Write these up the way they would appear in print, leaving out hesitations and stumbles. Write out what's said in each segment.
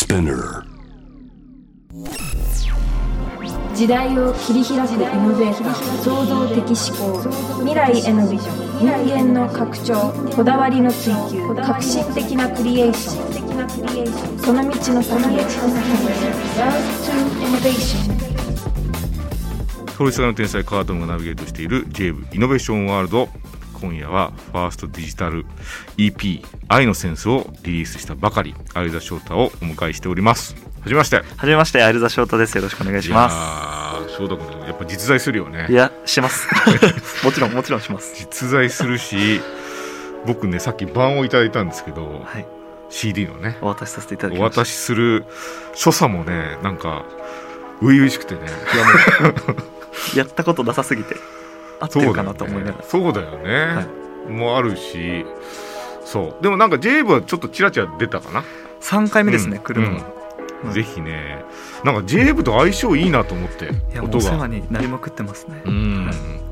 Spinner。 時代を切り開くイノベーター、創造的思考、未来へのビジョン、人間の拡張、こだわりの追求、革新的なクリエーション、その道の先へ Love to Innovation。 通りすがりの天才カードムがナビゲートしている J-Wave イノベーションワールド。今夜はファーストデジタル EP 愛のセンスをリリースしたばかり、相田翔太をお迎えしております。はじめまして。 はじめまして、相田翔太です。よろしくお願いします。 翔太君やっぱ実在するよね。 いや、しますもちろんします。 実在するし、僕ねさっき版をいただいたんですけど、はい、CD のねお渡しさせていただきました。 お渡しする所作もねなんか初々しくてね、 いやもうやったことなさすぎて合ってるかなと思いながら。 そうだよね、はい、もうあるし、そうでもなんか J-Wave はちょっとチラチラ出たかな。 3回目ですね、来るの、 ぜひね、なんか J-Wave と相性いいなと思って。 いやもうお世話になりまくってますね。 はい、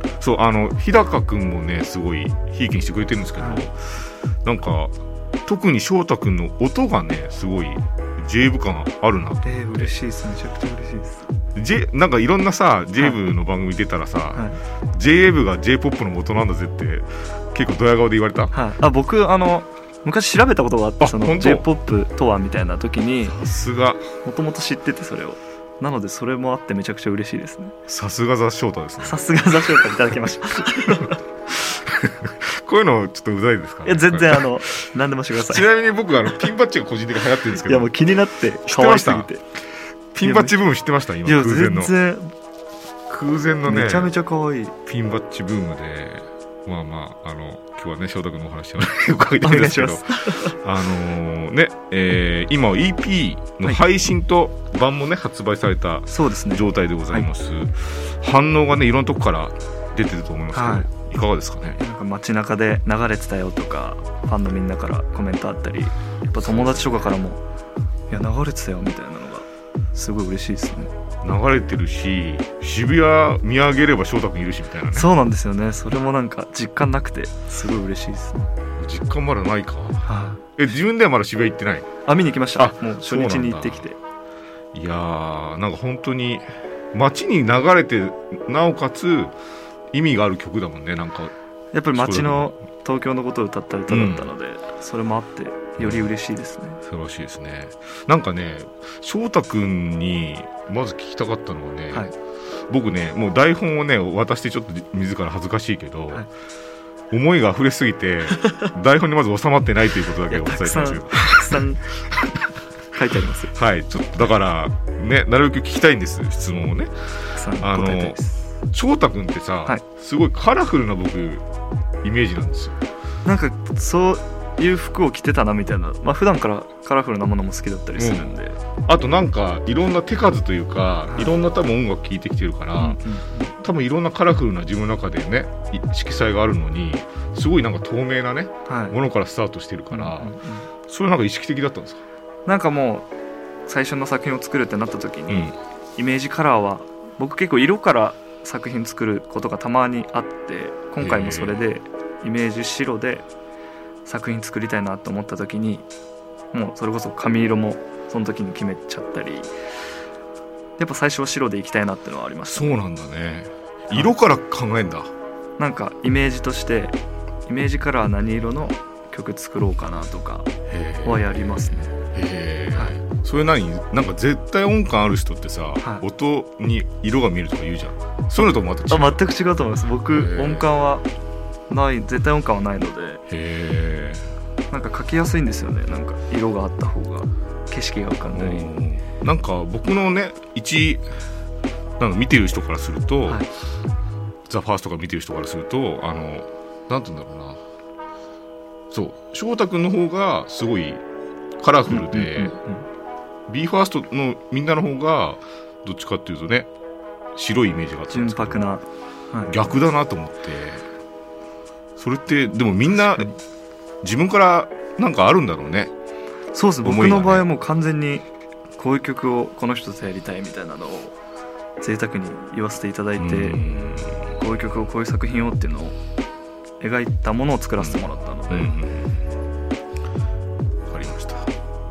そう日高くんもねすごいひいきにしてくれてるんですけど、はい、なんか特に翔太くんの音がねすごい J-Wave 感あるなと。 嬉しいです。めちゃくちゃ嬉しいです。 なんかいろんなさ J-Wave の番組出たらさ、はい、J-Wave が J-POP の元なんだぜって結構ドヤ顔で言われた。 はい、僕昔調べたことがあって、その J-POP とはみたいな時に、 さすがもともと知ってて、それをなのでそれもあってめちゃくちゃ嬉しいですね。 さすがザ翔太ですね。 さすがザ翔太いただきましたこういうのちょっとうざいですかね。 いや全然何でもしてください。 ちなみに僕ピンバッジが個人的に流行ってるんですけど、 いやもう気になって可愛すぎて。 ピンバッジブーム知ってました？今空前のねめちゃめちゃ可愛いピンバッジブームで、 まあまあ今日はね翔太君のお話を伺いたいんですけど今 EP の配信と版もね発売された状態でございます。はい、反応がねいろんなとこから出てると思いますけど、はい、いかがですかね。 なんか街中で流れてたよとかファンのみんなからコメントあったり、やっぱ友達とかからもいや流れてたよみたいなのがすごい嬉しいですね。 流れてるし、渋谷見上げれば翔太君いるしみたいなね。 そうなんですよね。それもなんか実感なくてすごい嬉しいですね。 実感まだないか。 は自分ではまだ渋谷行ってない？ 見に行きました。もう初日に行ってきて。 いやーなんか本当に街に流れてなおかつ意味がある曲だもんね。なんかやっぱり街の東京のことを歌った歌だったので、それもあってより嬉しいですね。 素晴らしいですね。なんかね翔太くんにまず聞きたかったのはね、はい、僕ねもう台本をね渡してちょっと自ら恥ずかしいけど、はい、思いが溢れすぎて台本にまず収まってないということだけをお伝えしたんですけどたくさん書いてありますはい、ちょっとだからねなるべく聞きたいんです、質問をね。翔太くんってさ、はい、すごいカラフルな僕イメージなんですよ。 なんかそういう服を着てたなみたいな、普段からカラフルなものも好きだったりするんで、 あとなんかいろんな手数というか、いろんな多分音楽聴いてきてるから、多分いろんなカラフルな自分の中でね色彩があるのにすごいなんか透明なね、ものからスタートしてるから、それなんか意識的だったんですか？ なんかもう最初の作品を作るってなった時に、イメージカラーは僕結構色から作品作ることがたまにあって、今回もそれでイメージ白で作品作りたいなと思った時に、もうそれこそ髪色もその時に決めちゃったり、やっぱ最初は白でいきたいなってのはありました、 ね。そうなんだね。色から考えんだ。 なんかイメージとしてイメージカラー何色の曲作ろうかなとかはやりますね。 はい、それなんか絶対音感ある人ってさ、音に色が見えるとか言うじゃん。そういうのとまた違う？ 全く違うと思います。僕音感はない絶対音感はないので、なんか描きやすいんですよね。なんか色があった方が景色が浮かんだり。 なんか僕のねなんか見てる人からすると、ザ・ファーストとか見てる人からするとなんて言うんだろうな、そう翔太くんの方がすごいカラフルで、b ファーストのみんなの方がどっちかっていうとね白いイメージがあったんですけど、 純白な、 逆だなと思って。それってでもみんな自分からなんかあるんだろうね。 そうですね。僕の場合はもう完全にこういう曲をこの人とやりたいみたいなのを贅沢に言わせていただいて、こういう曲をこういう作品をっていうのを描いたものを作らせてもらったので。 わかりました。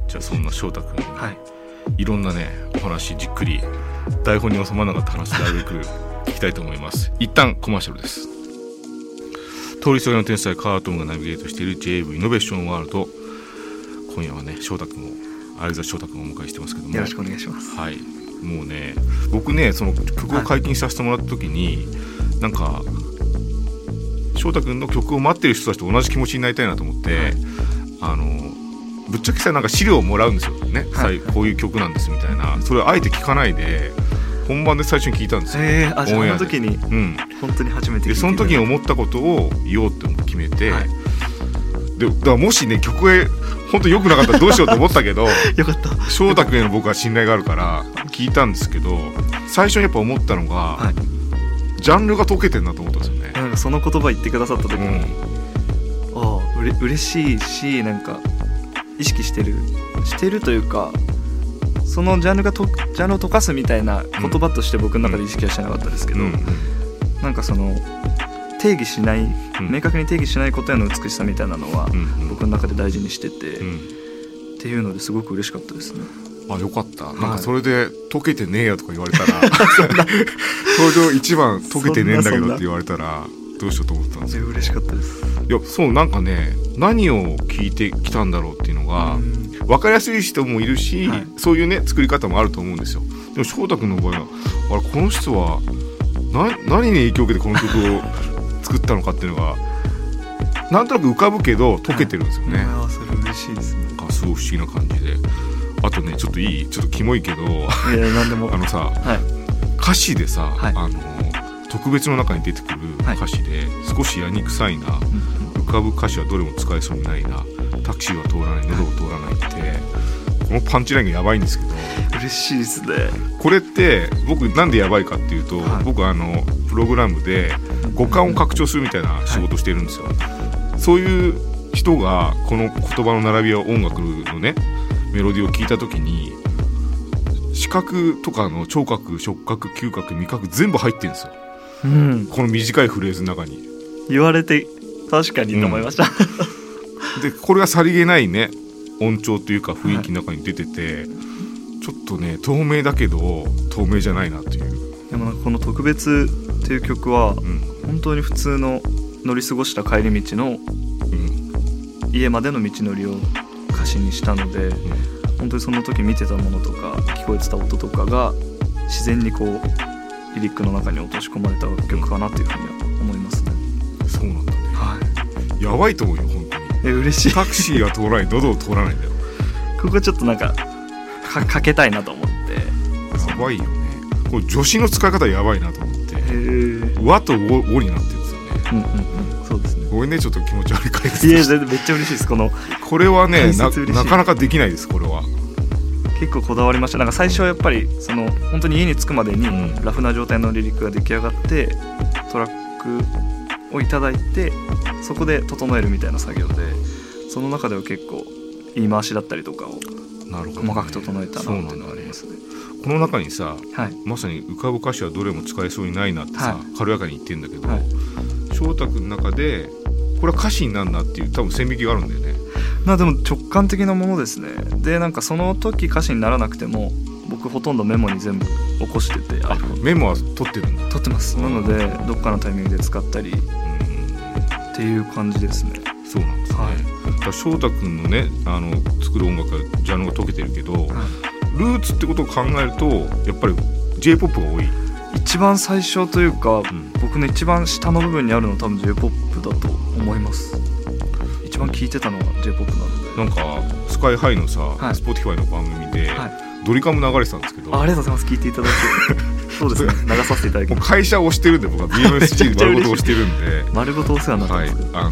じゃあそんな翔太君、 はい、 いろんなねお話じっくり台本に収まらなかった話であるべく聞きたいと思います。一旦コマーシャルです。通りすがりの天才カートンがナビゲートしている JAV イノベーションワールド、今夜はね翔太君を相沢翔太君をお迎えしてますけども、 よろしくお願いします。 はい、もうね僕ねその曲を解禁させてもらった時に、なんか翔太君の曲を待ってる人たちと同じ気持ちになりたいなと思って、ぶっちゃけさなんか資料をもらうんですよね、こういう曲なんですみたいな。それをあえて聞かないで本番で最初に聞いたんですよ。 あ、じゃあその時に、本当に初めて聞いて、 でその時に思ったことを言おうって決めて、でだからもしね曲が本当良くなかったらどうしようと思ったけどよかった。 翔太君への僕は信頼があるから聞いたんですけど、最初にやっぱ思ったのが、ジャンルが解けてんなと思ったんですよね。 なんかその言葉言ってくださった時に、嬉しいし、なんか意識してるというか、そのジャンルを溶かすみたいな言葉として僕の中で意識はしてなかったですけど、なんかその定義しない、明確に定義しないことへの美しさみたいなのは、僕の中で大事にしてて、っていうのですごく嬉しかったですね。 あ、よかった。なんかそれで解けてねえよとか言われたら登場一番解けてねえんだけどって言われたらどうしようと思ってたんですよ。 嬉しかったです。 いや、そう、なんかね何を聞いてきたんだろうっていうのが分かりやすい人もいるし、そういうね作り方もあると思うんですよ。でも翔太君の場合はこの人は何に影響を受けてこの曲を作ったのかっていうのがなんとなく浮かぶけど解けてるんですよね。 それ嬉しいですね。 すごい不思議な感じで。あとねちょっとキモいけど何でもさ、歌詞でさ、特別の中に出てくる歌詞で、少しやにくさいな、浮かぶ歌詞はどれも使えそうにないな、タクシーは通らない、喉を通らないって、このパンチラインがやばいんですけど、 嬉しいですね。 これって僕なんでやばいかっていうと、僕プログラムで五感を拡張するみたいな仕事をしてるんですよ。そういう人がこの言葉の並びや音楽のねメロディーを聞いた時に視覚とかの聴覚、触覚、嗅覚、味覚全部入ってるんですよ、この短いフレーズの中に。 言われて確かにと思いました、 でこれがさりげないね音調というか雰囲気の中に出てて、ちょっとね透明だけど透明じゃないなという。 でもなんかこの特別っていう曲は、本当に普通の乗り過ごした帰り道の、家までの道のりを歌詞にしたので、本当にその時見てたものとか聞こえてた音とかが自然にこうリリックの中に落とし込まれた曲かなっていうふうには思いますね。 そうなんだね、やばいと思うよ本当に。 嬉しい。 タクシーは通らない、喉を通らないんだよ。 ここちょっとなんかかけたいなと思って。 やばいよね。これ助詞の使い方やばいなと思って、和と「お」になってるんですよね。 そうですね。 ごめんねちょっと気持ち悪い回です。 いや全然めっちゃ嬉しいです。これはね なかなかできないです。これは結構こだわりました。なんか最初はやっぱり本当に家に着くまでにラフな状態のリリックが出来上がって、トラックをいただいてそこで整えるみたいな作業で、その中では結構言い回しだったりとかを細かく整えたなっていうのがありますね。 この中にさ、まさに浮かぶ歌詞はどれも使えそうにないなってさ、軽やかに言ってるんだけど、翔太君の中でこれは歌詞になるなっていう多分線引きがあるんだよね。 でも直感的なものですね。でなんかその時歌詞にならなくても僕ほとんどメモに全部起こしてて、 メモは取ってるんだ。 取ってます。なのでどっかのタイミングで使ったりっていう感じですね。 そうなんですね、だから翔太君のね作る音楽はジャンルが解けてるけど、ルーツってことを考えるとやっぱり J-POP が多い。 一番最初というか、僕の一番下の部分にあるのは多分 J-POP だと思います。一番聴いてたのは J-POP なので。なんかスカイハイのさ、Spotify の番組で、ドリカム流れてたんですけど、 ありがとうございます。聴いていただいてそうですね、流させていただきます。 会社を推してるんで、僕は BMSG 丸ごと推してるんで丸ごとお世話になってます。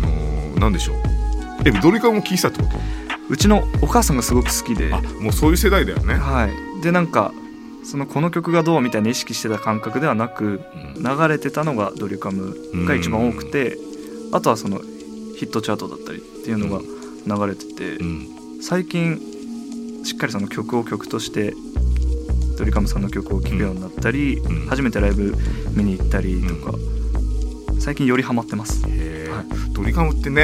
なんでしょう、ドリカムも聴いてたってこと？ うちのお母さんがすごく好きで。 もうそういう世代だよね。 でなんかこの曲がどうみたいな意識してた感覚ではなく、流れてたのがドリカムが一番多くて、あとはヒットチャートだったりっていうのが流れてて、最近しっかりその曲を曲としてドリカムさんの曲を聴くようになったり、初めてライブ見に行ったりとか、最近よりハマってます。 ドリカムってね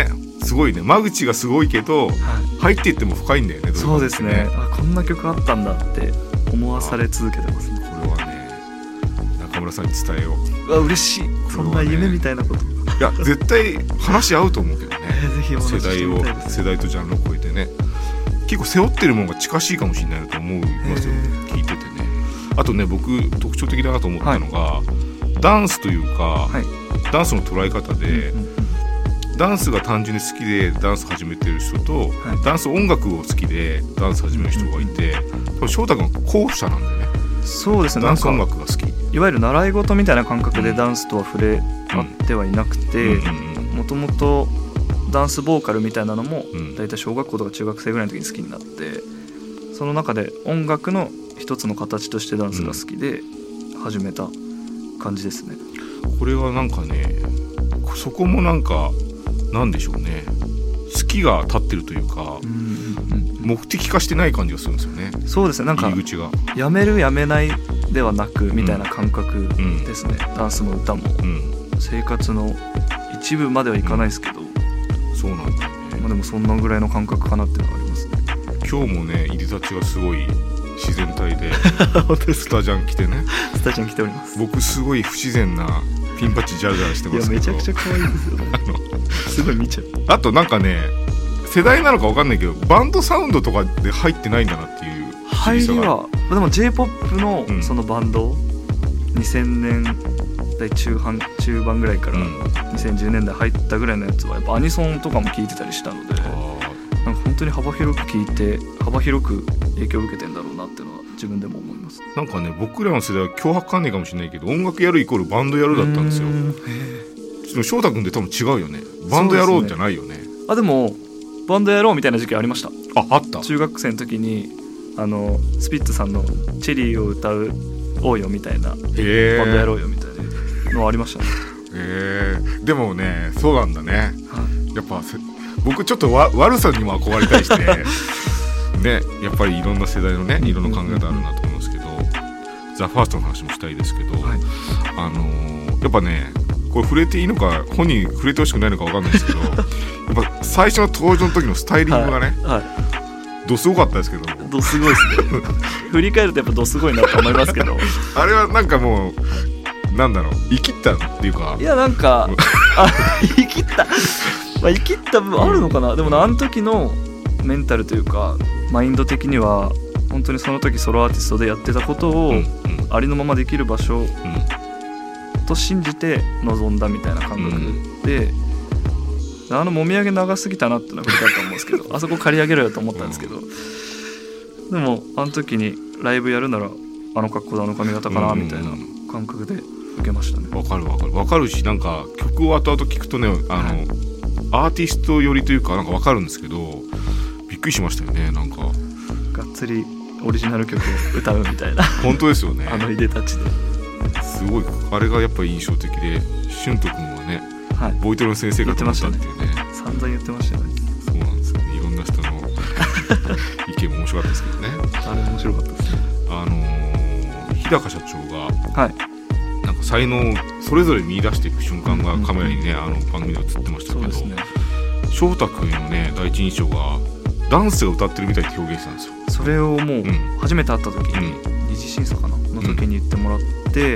すごいね。間口がすごいけど、入っていっても深いんだよね。 そうですね。こんな曲あったんだって思わされ続けてますね。 これはね、中村さんに伝えよう。嬉しい、ね、そんな夢みたいなこと。 いや絶対話合うと思うけどね。 ぜひお話ししてみたいです。 世代とジャンルを超えてね、結構背負ってるものが近しいかもしれないなと思いますよ、聞いててね。あとね、僕特徴的だなと思ったのが、ダンスというか、ダンスの捉え方で、ダンスが単純に好きでダンス始めてる人と、ダンス音楽を好きでダンス始める人がいて、翔太君は後者なんだよね。 そうですね。 ダンス音楽が好き、 いわゆる習い事みたいな感覚でダンスとは触れ合ってはいなくて、もともとダンスボーカルみたいなのもだいたい小学校とか中学生ぐらいの時に好きになって、その中で音楽の一つの形としてダンスが好きで始めた感じですね。 これはなんかね、そこもなんかなんでしょうね、好きが立ってるというか、目的化してない感じがするんですよね。 そうですね。なんか入り口がやめるやめないではなくみたいな感覚ですね、ダンスも歌も、生活の一部まではいかないですけど、 そうなんだよね。 でもそんなぐらいの感覚かなっていうのがありますね。 今日もね、入り立ちがすごい自然体でスタジャン着てね。 スタジャン着ております。 僕すごい不自然なピンバッジジャラジャラしてますけど、 いやめちゃくちゃ可愛いですよねすごい見ちゃう。 あとなんかね、世代なのか分かんないけど、バンドサウンドとかで入ってないんだなっていう。 入りはでも J-POP のそのバンド、2000年代中盤ぐらいから2010年代入ったぐらいのやつはやっぱアニソンとかも聴いてたりしたので、なんか本当に幅広く聴いて幅広く影響を受けてんだろうなっていうのは自分でも思います。 なんかね、僕らの世代は脅迫観念かもしれないけど、音楽やるイコールバンドやるだったんですよ。翔太君って多分違うよね。バンドやろうじゃないよね。 でもバンドやろうみたいな時期ありました。 あった。 中学生の時にスピッツさんのチェリーを歌おうよみたいな、バンドやろうよみたいなのありましたね。 でもね、そうなんだね、やっぱ僕ちょっと悪さにも憧れたりしてね、やっぱりいろんな世代のね、いろんな考え方あるなと思いますけど、ザ・ファーストの話もしたいですけど、やっぱね、これ触れていいのか本人触れてほしくないのか分かんないですけどやっぱ最初の登場の時のスタイリングがね、どすごかったですけど。 どすごいですね振り返るとやっぱどすごいなと思いますけどあれはなんかもうなんだろう、生きったっていうか、 いやなんか生きった生きった部分あるのかな。でもあの時のメンタルというかマインド的には本当にその時ソロアーティストでやってたことをありのままできる場所と信じて臨んだみたいな感覚で、もみあげ長すぎたなってのは振り返ったと思うんですけどあそこ刈り上げろよと思ったんですけど、でもあの時にライブやるならあの格好であの髪型かなみたいな感覚で受けましたね。わかるし、なんか曲を後々聞くとね、アーティスト寄りというかなんかわかるんですけど、びっくりしましたよね。なんかがっつりオリジナル曲を歌うみたいな本当ですよね。 いでたちですごい、あれがやっぱり印象的で、俊斗君はね、ボイトレの先生がと思ったっていうね、 散々言ってましたよね。 そうなんですよね。いろんな人の意見も面白かったですけどね。 あれ面白かったですね。 日高社長が、なんか才能をそれぞれ見出していく瞬間がカメラにね、番組で映ってましたけど、翔太君のね、第一印象がダンスが歌ってるみたいって表現したんですよ。 それをもう初めて会った時に、二次審査かなの時に言ってもらって、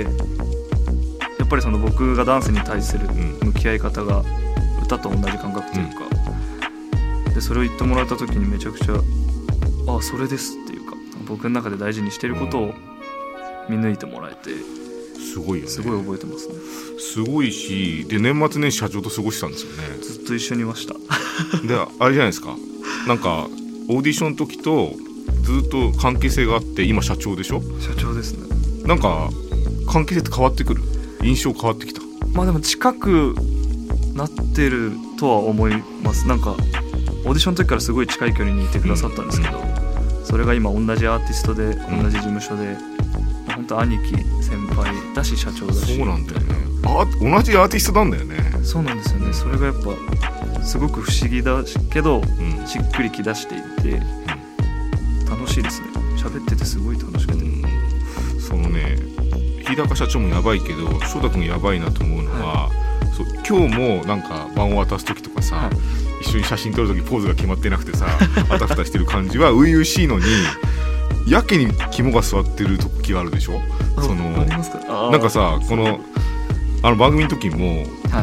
やっぱりその僕がダンスに対する向き合い方が歌と同じ感覚というか、でそれを言ってもらった時にめちゃくちゃそれですっていうか、僕の中で大事にしてることを見抜いてもらえて、 すごいよね。 すごい覚えてますね。 すごいし、で年末年始社長と過ごしたんですよね。 ずっと一緒にいましたであれじゃないですか、なんかオーディションの時とずっと関係性があって、今社長でしょ。 社長ですね。 なんか関係性って変わってくる、印象変わってきた。 でも近くなってるとは思います。なんかオーディションの時からすごい近い距離にいてくださったんですけど、それが今同じアーティストで同じ事務所で、本当兄貴先輩だし社長だし。 そうなんだよね。同じアーティストなんだよね。 そうなんですよね。それがやっぱすごく不思議だけど、しっくりきだしていて、楽しいですね。喋っててすごい楽しくて、 そのね、日高社長もやばいけど翔太君やばいなと思うのは、そう今日もなんか晩を渡す時とかさ、 一緒に写真撮るときポーズが決まってなくてさあたふたしてる感じは初々しいのにやけに肝が座ってる時があるでしょ。そのなんかさこの番組の時も、はい、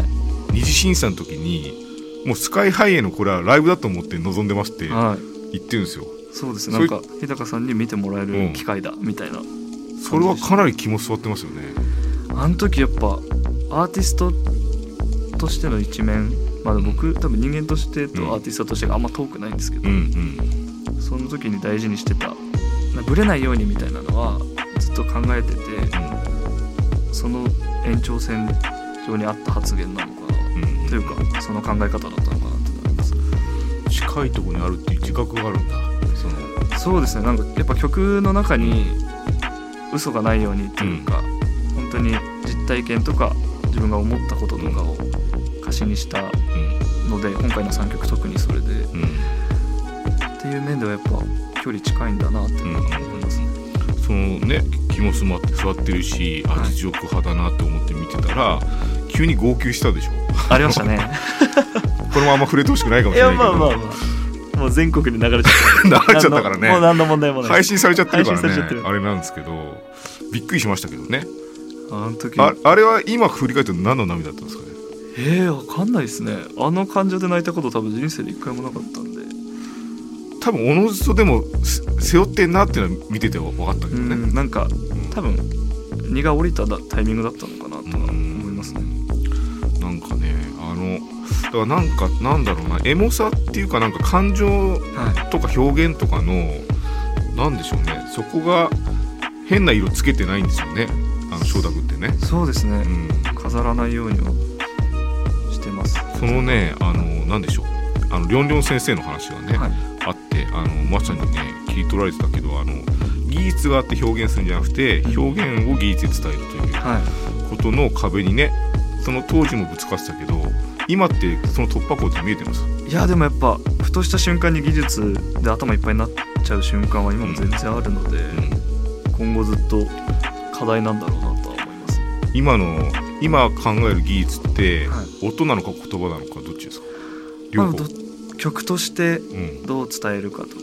二次審査の時にもうスカイハイへのこれはライブだと思って臨んでますって言ってるんですよ、はい、 そうですね。なんか日高さんに見てもらえる機会だみたいな、 それはかなり肝座ってますよね。 あの時やっぱアーティストとしての一面、まだ僕多分人間としてとアーティストとしてがあんま遠くないんですけど、その時に大事にしてたブレないようにみたいなのはずっと考えてて、その延長線上にあった発言なのかな、というかその考え方だったのかなって思います。 近いところにあるっていう自覚があるんだ。 そうですね。なんかやっぱ曲の中に嘘がないようにっていうか、本当に実体験とか自分が思ったこととかを歌詞にしたので、今回の3曲特にそれで、っていう面ではやっぱ距離近いんだなって思いますね。 そのね肝座ってるし、実力派だなって思って見てたら急に号泣したでしょ。 ありましたねこのまま触れてほしくないかもしれないけど、 まあもう全国に流れちゃったからね。 もう何の問題もない。 配信されちゃってるからね。あれなんですけどびっくりしましたけどね。 あの時あれは今振り返って何の涙だったんですかね。 わかんないですね。あの感情で泣いたこと多分人生で一回もなかったんで、 多分おのずとでも背負ってんなっていうのは見てて分かったけどね。 なんか多分荷が下りたタイミングだったのかなとは思いますね。 なんかねだからなんだろうな、エモさっていうかなんか感情とか表現とかの、なんでしょうね、そこが変な色つけてないんですよね、翔太君ってね。 そうですね、飾らないようにはしてます。 そのねなんでしょう、りょんりょん先生の話がね、あってまさにね切り取られてたけど、技術があって表現するんじゃなくて表現を技術で伝えるということの壁にね、その当時もぶつかってたけど今ってその突破口って見えてます？ いやでもやっぱふとした瞬間に技術で頭いっぱいになっちゃう瞬間は今も全然あるので、今後ずっと課題なんだろうなとは思います。 今考える技術って音なのか言葉なのかどっちですか？両方。 曲としてどう伝えるかとか、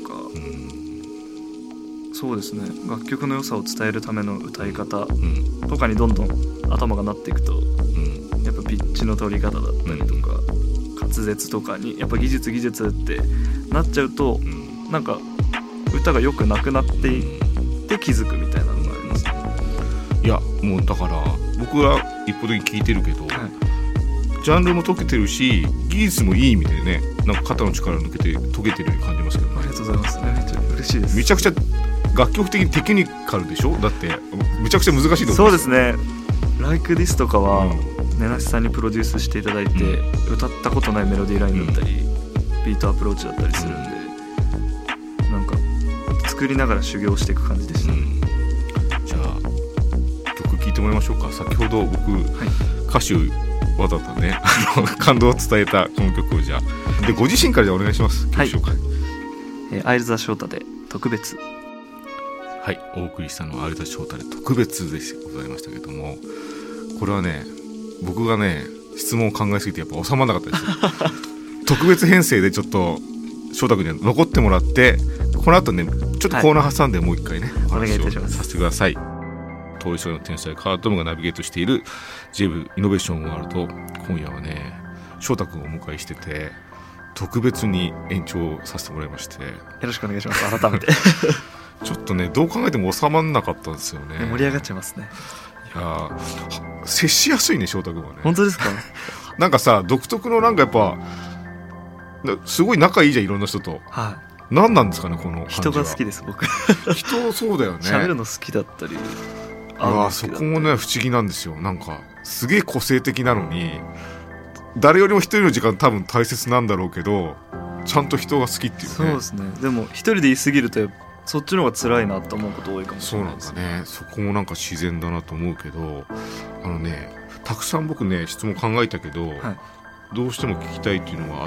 そうですね、楽曲の良さを伝えるための歌い方とかにどんどん頭がなっていくと、やっぱピッチの取り方だったりとか、滑舌とかにやっぱ技術ってなっちゃうと、なんか歌が良くなくなっていって気づくみたいなのがありますね。 いやもうだから僕は一方的に聞いてるけど、ジャンルも解けてるし技術もいい意味でね、なんか肩の力抜けて解けてるように感じますけどね。 ありがとうございますね。めっちゃ嬉しいです。 めちゃくちゃ楽曲的にテクニカルでしょ。だってめちゃくちゃ難しいと思います。 そうですね。Like This とかは根無さんにプロデュースしていただいて、歌ったことないメロディーラインだったり、ビートアプローチだったりするんで、なんか作りながら修行していく感じでした、 じゃあ曲聴いてもらいましょうか。先ほど僕、歌手わざとね感動を伝えたこの曲をじゃあでご自身からじゃあお願いします。曲紹介。 アイルザ翔太で特別。 はい、お送りしたのはアイルザ翔太で特別でございましたけども、これはね僕がね質問を考えすぎてやっぱ収まらなかったですよ特別編成でちょっと翔太君には残ってもらって、この後ねちょっとコーナー挟んでもう一回ね、 お話をさせてください。統一の天才カートムがナビゲートしている JEV イノベーションワールド、今夜はね翔太君をお迎えしてて特別に延長させてもらいまして、よろしくお願いします。改めてちょっとねどう考えても収まんなかったんですよね。 盛り上がっちゃいますね。 いや接しやすいね翔太君はね。 本当ですか？ なんかさ独特のなんかやっぱすごい仲いいじゃんいろんな人と。何なんですかねこの感じは。 人が好きです僕人そうだよね。 喋るの好きだったり。 そこもね不思議なんですよ。なんかすげえ個性的なのに誰よりも一人の時間多分大切なんだろうけどちゃんと人が好きっていうね。 そうですね。でも一人で言い過ぎるとそっちの方が辛いなと思うこと多いかもしれないです。 そうなんだね。そこもなんか自然だなと思うけど、たくさん僕ね質問考えたけど、どうしても聞きたいっていうのがあって、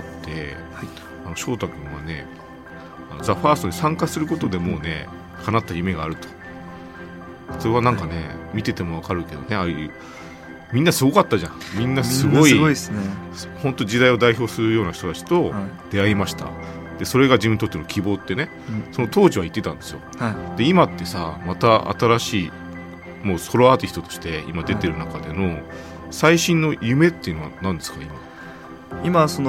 翔太君はねザ・ファーストに参加することでもうね叶った夢があると。それはなんかね、見てても分かるけどね、ああいうみんなすごかったじゃん。みんなすごい、 すごいですね。 本当時代を代表するような人たちと出会いました、でそれが自分にとっての希望ってね、その当時は言ってたんですよ、で今ってさまた新しいもうソロアーティストとして今出てる中での最新の夢っていうのは何ですか今その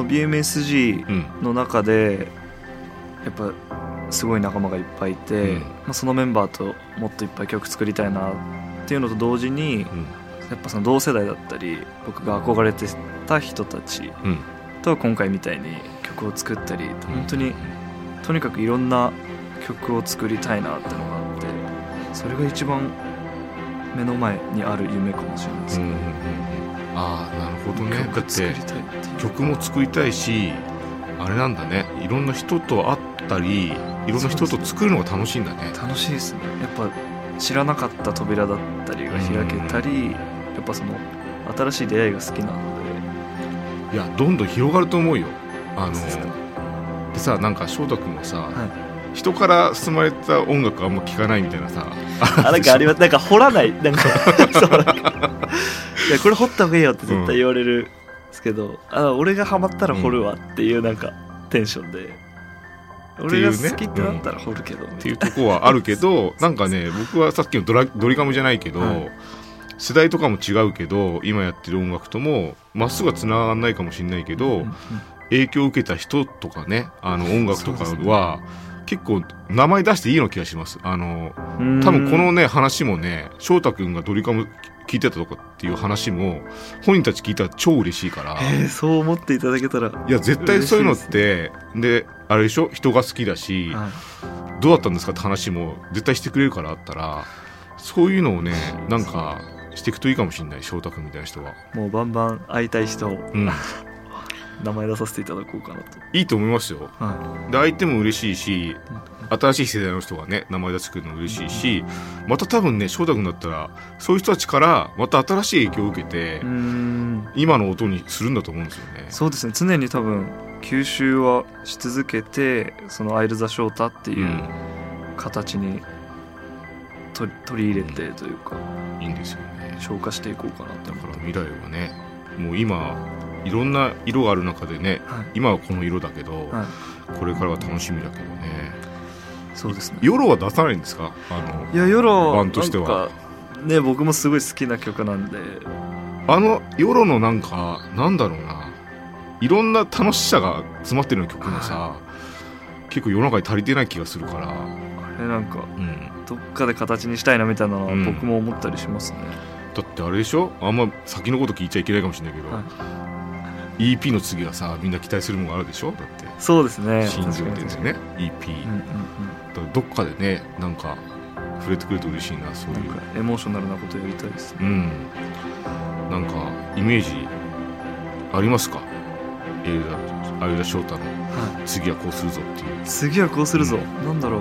BMSG の中でやっぱすごい仲間がいっぱいいて、そのメンバーともっといっぱい曲作りたいなっていうのと同時に、やっぱその同世代だったり僕が憧れてた人たちと今回みたいに曲を作ったり、本当にとにかくいろんな曲を作りたいなってのがあって、それが一番目の前にある夢かもしれないですね。 ああなるほどね。だって曲も作りたいしあれなんだね、いろんな人と会ったりいろんな人と作るのが楽しいんだね。 楽しいですね。やっぱ知らなかった扉だったりが開けたり、やっぱその新しい出会いが好きなので、いやどんどん広がると思うよ。でさ、なんか翔太君もさ、人から勧まれた音楽あんま聴かないみたいなさ、 なんかあります。なんか掘らないなんかそういやこれ掘った方がいいよって絶対言われるんですけど、俺がハマったら掘るわっていうなんかテンションで、俺が好きってなったら掘るけど、 っていうとこはあるけどなんかね僕はさっきのドリカムじゃないけど、世代とかも違うけど今やってる音楽ともまっすぐはつながらないかもしれないけど、影響を受けた人とかね音楽とかは結構名前出していいような気がします。多分このね話もね翔太君がドリカム聞いてたとかっていう話も本人たち聞いたら超嬉しいから、 そう思っていただけたらいや絶対そういうのってであれでしょ、人が好きだし、どうだったんですかって話も絶対してくれるからあったら、そういうのをねなんかしていくといいかもしれない。翔太君みたいな人はもうバンバン会いたい人を、名前出させていただこうかなと。 いいと思いますよ、で相手も嬉しいし、新しい世代の人がね名前出してくれるの嬉しいし、また多分ね翔太君だったらそういう人たちからまた新しい影響を受けて今の音にするんだと思うんですよね。 そうですね、常に多分吸収はし続けて、そのアイルザ翔太っていう形に取り入れてというか、 いいんですよね、 消化していこうかなと。 だから未来はねもう今いろんな色がある中でね、今はこの色だけど、これからは楽しみだけどね。 そうですね。 ヨロは出さないんですか？ いやヨロバンとしてはね、僕もすごい好きな曲なんで、 ヨロのなんかなんだろうな、いろんな楽しさが詰まってるような曲もさ、結構世の中に足りてない気がするから、 あれなんか、どっかで形にしたいなみたいなのは僕も思ったりしますね。 だってあれでしょ、あんま先のこと聞いちゃいけないかもしれないけど、EP の次はさみんな期待するものがあるでしょ。だってそうですね、 新庄ってですね EP、だからどっかでねなんか触れてくれると嬉しいな。そういうなんかエモーショナルなことやりたいですね。 なんかイメージありますか？アイルザ翔太の次はこうするぞっていう、 次はこうするぞ、なんだろう、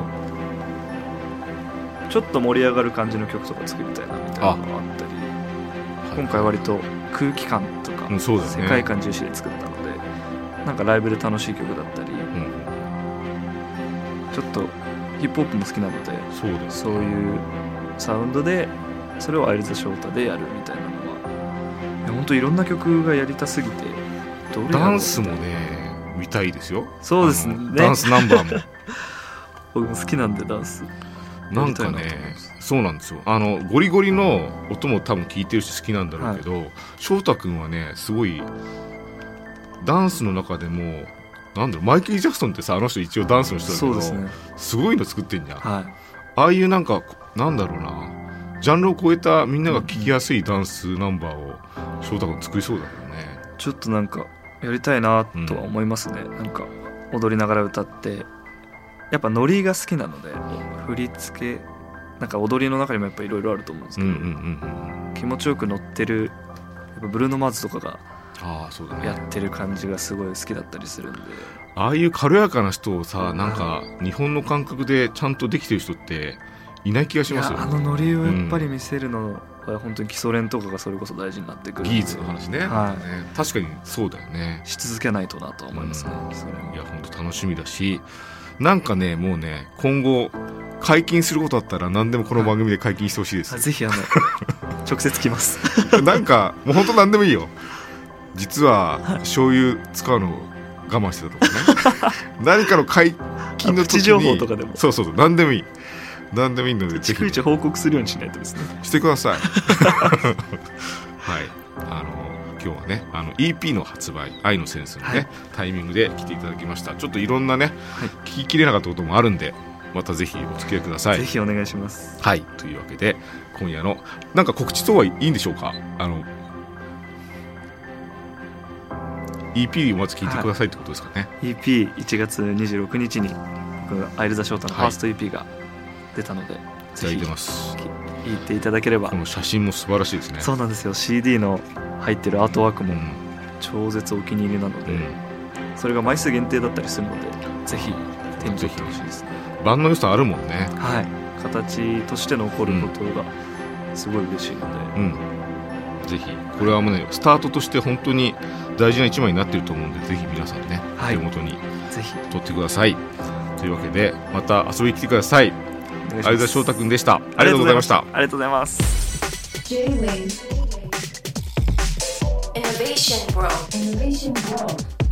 ちょっと盛り上がる感じの曲とか作りたいなみたいなのがあったり、今回割と空気感とか、 そうですね、 世界観重視で作ったので、なんかライブで楽しい曲だったり、ちょっとヒップホップも好きなので、そういうサウンドでそれをアイルザ翔太でやるみたいなのは、本当いろんな曲がやりたすぎて、 ダンスもね見たいですよ。 そうですね、 ダンスナンバーも僕も好きなんでダンスなんかね、そうなんですよ。ゴリゴリの音も多分聴いてるし好きなんだろうけど、翔太君はねすごいダンスの中でもなんだろう、マイケル・ジャクソンってさ、あの人一応ダンスの人だけど、そうですね、すごいの作ってんじゃん、ああいうなんかなんだろうな、ジャンルを超えたみんなが聴きやすいダンスナンバーを翔太君作りそうだからね。 ちょっとなんかやりたいなとは思いますね、なんか踊りながら歌って、やっぱノリが好きなので、振り付けなんか踊りの中にもやっぱいろいろあると思うんですけど、気持ちよく乗ってる、やっぱブルーノ・マーズとかがやってる感じがすごい好きだったりするんで、 ああいう軽やかな人をさ、なんか日本の感覚でちゃんとできてる人っていない気がしますよ。 ノリをやっぱり見せるのは本当に基礎練とかがそれこそ大事になってくる、 技術の話ね、確かにそうだよね、 し続けないとなと思いますね、 いや本当楽しみだし、なんかねもうね今後解禁することあったら何でもこの番組で解禁してほしいです、 ぜひ直接来ますなんかもう本当なんでもいいよ。実は醤油使うのを我慢してたとかね何かの解禁の時にプチ情報とかでもそうなんでもいいので、ぜひ逐一報告するようにしないとですね。 してくださいはい今日はねEP の発売愛のセンスのね、はい、タイミングで来ていただきました。ちょっといろんなね、はい、聞ききれなかったこともあるんで、またぜひお付き合いください。 ぜひお願いします。 はい、というわけで今夜のなんか告知等はいいんでしょうか。EP をまず聞いてくださいってことですかね。 はい、EP1 月26日に僕アイルザショータのファースト EP が出たので、はい、ぜひ聴いていただければ。 この写真も素晴らしいですね。 そうなんですよ。 CD の入ってるアートワークも超絶お気に入りなので、それが枚数限定だったりするので、ぜひ手に取ってほしいですね。 版の良さあるもんね。 はい、形として残ることがすごい嬉しいので、 ぜひこれはもうね、スタートとして本当に大事な一枚になっていると思うんで、ぜひ皆さんね、手元にぜひ取ってください。というわけでまた遊びに来てください。相田翔太くんでした。ありがとうございました。 ありがとうございます。 J-Wave Innovation World